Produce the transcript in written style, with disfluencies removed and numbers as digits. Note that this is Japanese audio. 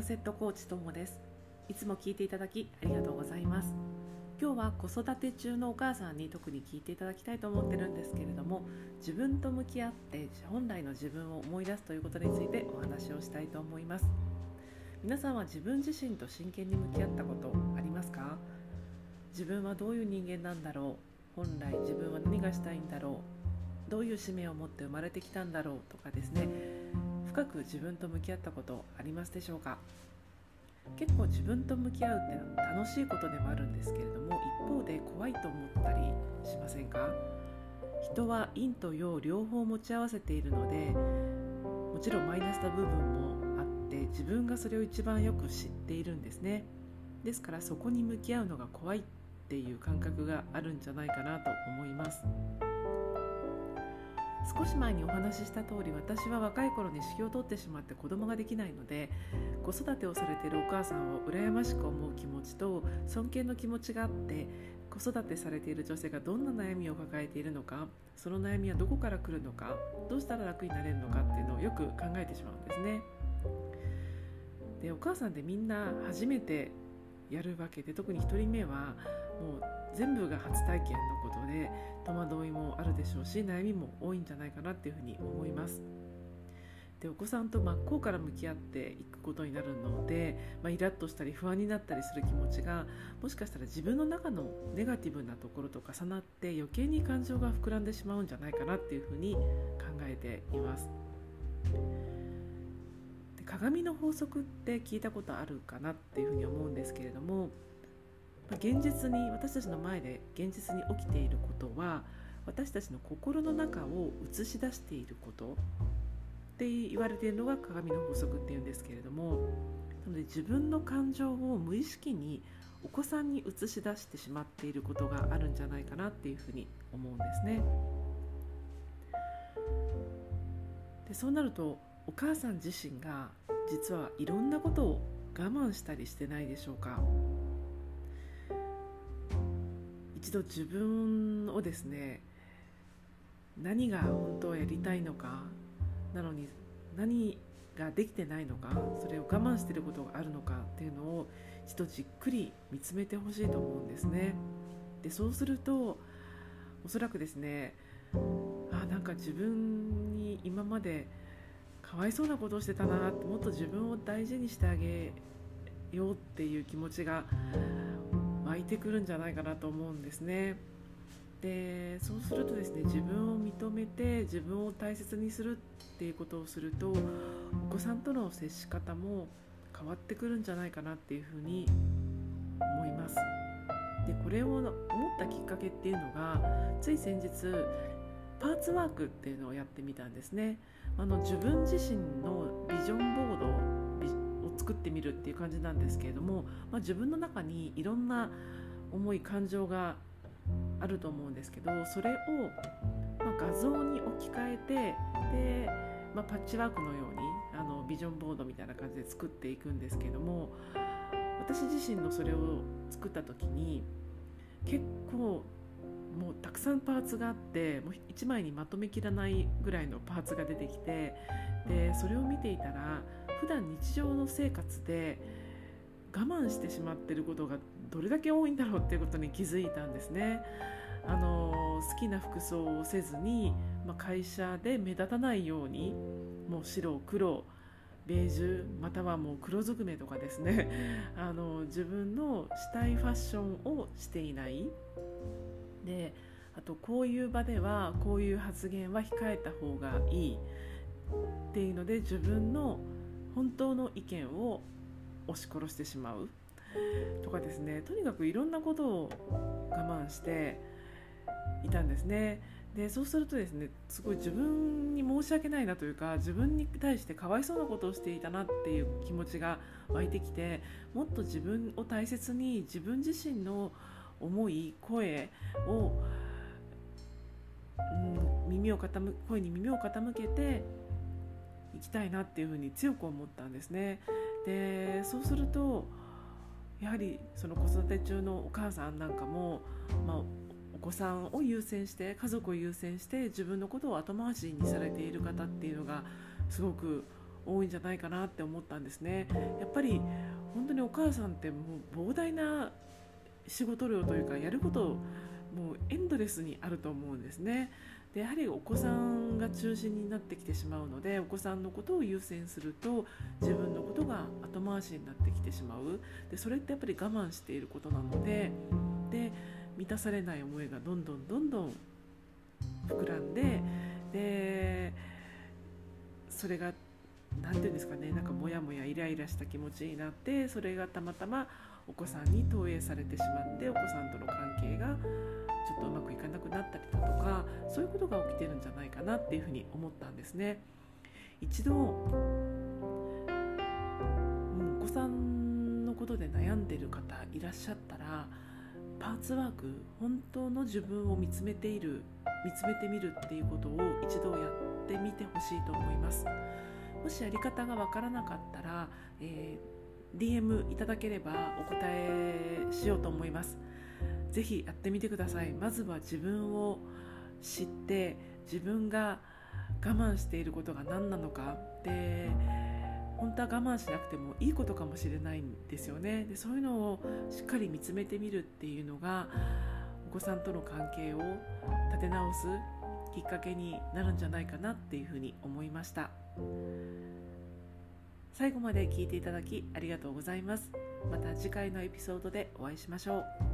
ンセットコーチともです。いつも聞いていただきありがとうございます。今日は子育て中のお母さんに特に聞いていただきたいと思ってるんですけれども、自分と向き合って本来の自分を思い出すということについてお話をしたいと思います。皆さんは自分自身と真剣に向き合ったことありますか？自分はどういう人間なんだろう、本来自分は何がしたいんだろう、どういう使命を持って生まれてきたんだろうとかですね、深く自分と向き合ったことありますでしょうか？結構自分と向き合うってのは楽しいことでもあるんですけれども、一方で怖いと思ったりしませんか？人は陰と陽両方持ち合わせているので、もちろんマイナスな部分もあって自分がそれを一番よく知っているんですね。ですからそこに向き合うのが怖いっていう感覚があるんじゃないかなと思います。少し前にお話しした通り、私は若い頃に子宮を取ってしまって子供ができないので、子育てをされているお母さんを羨ましく思う気持ちと尊敬の気持ちがあって、子育てされている女性がどんな悩みを抱えているのか、その悩みはどこから来るのか、どうしたら楽になれるのかっていうのをよく考えてしまうんですね。で、お母さんでみんな初めてやるわけで、特に1人目はもう全部が初体験のことで戸惑いもあるでしょうし、悩みも多いんじゃないかなっていうふうに思います。で、お子さんと真っ向から向き合っていくことになるので、イラッとしたり不安になったりする気持ちが、もしかしたら自分の中のネガティブなところと重なって余計に感情が膨らんでしまうんじゃないかなっていうふうに考えています。で、鏡の法則って聞いたことあるかなっていうふうに思うんですけれども、現実に私たちの前で現実に起きていることは、私たちの心の中を映し出していることって言われているのが鏡の法則っていうんですけれども、なので自分の感情を無意識にお子さんに映し出してしまっていることがあるんじゃないかなっていうふうに思うんですね。で、そうなるとお母さん自身が実はいろんなことを我慢したりしてないでしょうか？一度自分をですね、何が本当はやりたいのか、なのに何ができてないのか、それを我慢していることがあるのかっていうのを一度じっくり見つめてほしいと思うんですね。で、そうするとおそらくですね、なんか自分に今までかわいそうなことをしてたな、もっと自分を大事にしてあげようっていう気持ちが湧いてくるんじゃないかなと思うんですね。で、そうするとですね、自分を認めて自分を大切にするっていうことをすると、お子さんとの接し方も変わってくるんじゃないかなっていうふうに思います。で、これを思ったきっかけっていうのが、つい先日パーツワークっていうのをやってみたんですね。自分自身のビジョンボードを作ってみるっていう感じなんですけれども、自分の中にいろんな思い感情があると思うんですけど、それを画像に置き換えて、で、パッチワークのようにビジョンボードみたいな感じで作っていくんですけども、私自身のそれを作った時に結構もうたくさんパーツがあって、もう1枚にまとめきらないぐらいのパーツが出てきて、でそれを見ていたら、普段日常の生活で我慢してしまっていることがどれだけ多いんだろうっていうことに気づいたんですね。好きな服装をせずに、会社で目立たないようにもう白黒ベージュ、またはもう黒ずくめとかですね自分のしたいファッションをしていない。で、あとこういう場ではこういう発言は控えた方がいいっていうので、自分の本当の意見を押し殺してしまうとかですね、とにかくいろんなことを我慢していたんですね。で、そうするとですね、すごい自分に申し訳ないなというか、自分に対してかわいそうなことをしていたなっていう気持ちが湧いてきて、もっと自分を大切に自分自身の思い声を、声に耳を傾けていきたいなっていうふうに強く思ったんですね。で、そうするとやはりその子育て中のお母さんなんかも、お子さんを優先して、家族を優先して自分のことを後回しにされている方っていうのがすごく多いんじゃないかなって思ったんですね。やっぱり本当にお母さんってもう膨大な仕事量というか、やることもうエンドレスにあると思うんですね。でやはりお子さんが中心になってきてしまうので、お子さんのことを優先すると自分のことが後回しになってきてしまう。でそれってやっぱり我慢していることなので、満たされない思いがどんどん膨らんで、それがなんていうんですかね、なんかモヤモヤイライラした気持ちになって、それがたまたまお子さんに投影されてしまって、お子さんとの関係がちょっとうまくいかなくなったりだとか、そういうことが起きてるんじゃないかなっていうふうに思ったんですね。一度、お子さんのことで悩んでる方いらっしゃったら、パーツワーク、本当の自分を見つめてみるっていうことを一度やってみてほしいと思います。もしやり方がわからなかったら、DM いただければお答えしようと思います。ぜひやってみてください。まずは自分を知って、自分が我慢していることが何なのかで、本当は我慢しなくてもいいことかもしれないんですよね。でそういうのをしっかり見つめてみるっていうのが、お子さんとの関係を立て直すきっかけになるんじゃないかなっていうふうに思いました。最後まで聞いていただきありがとうございます。また次回のエピソードでお会いしましょう。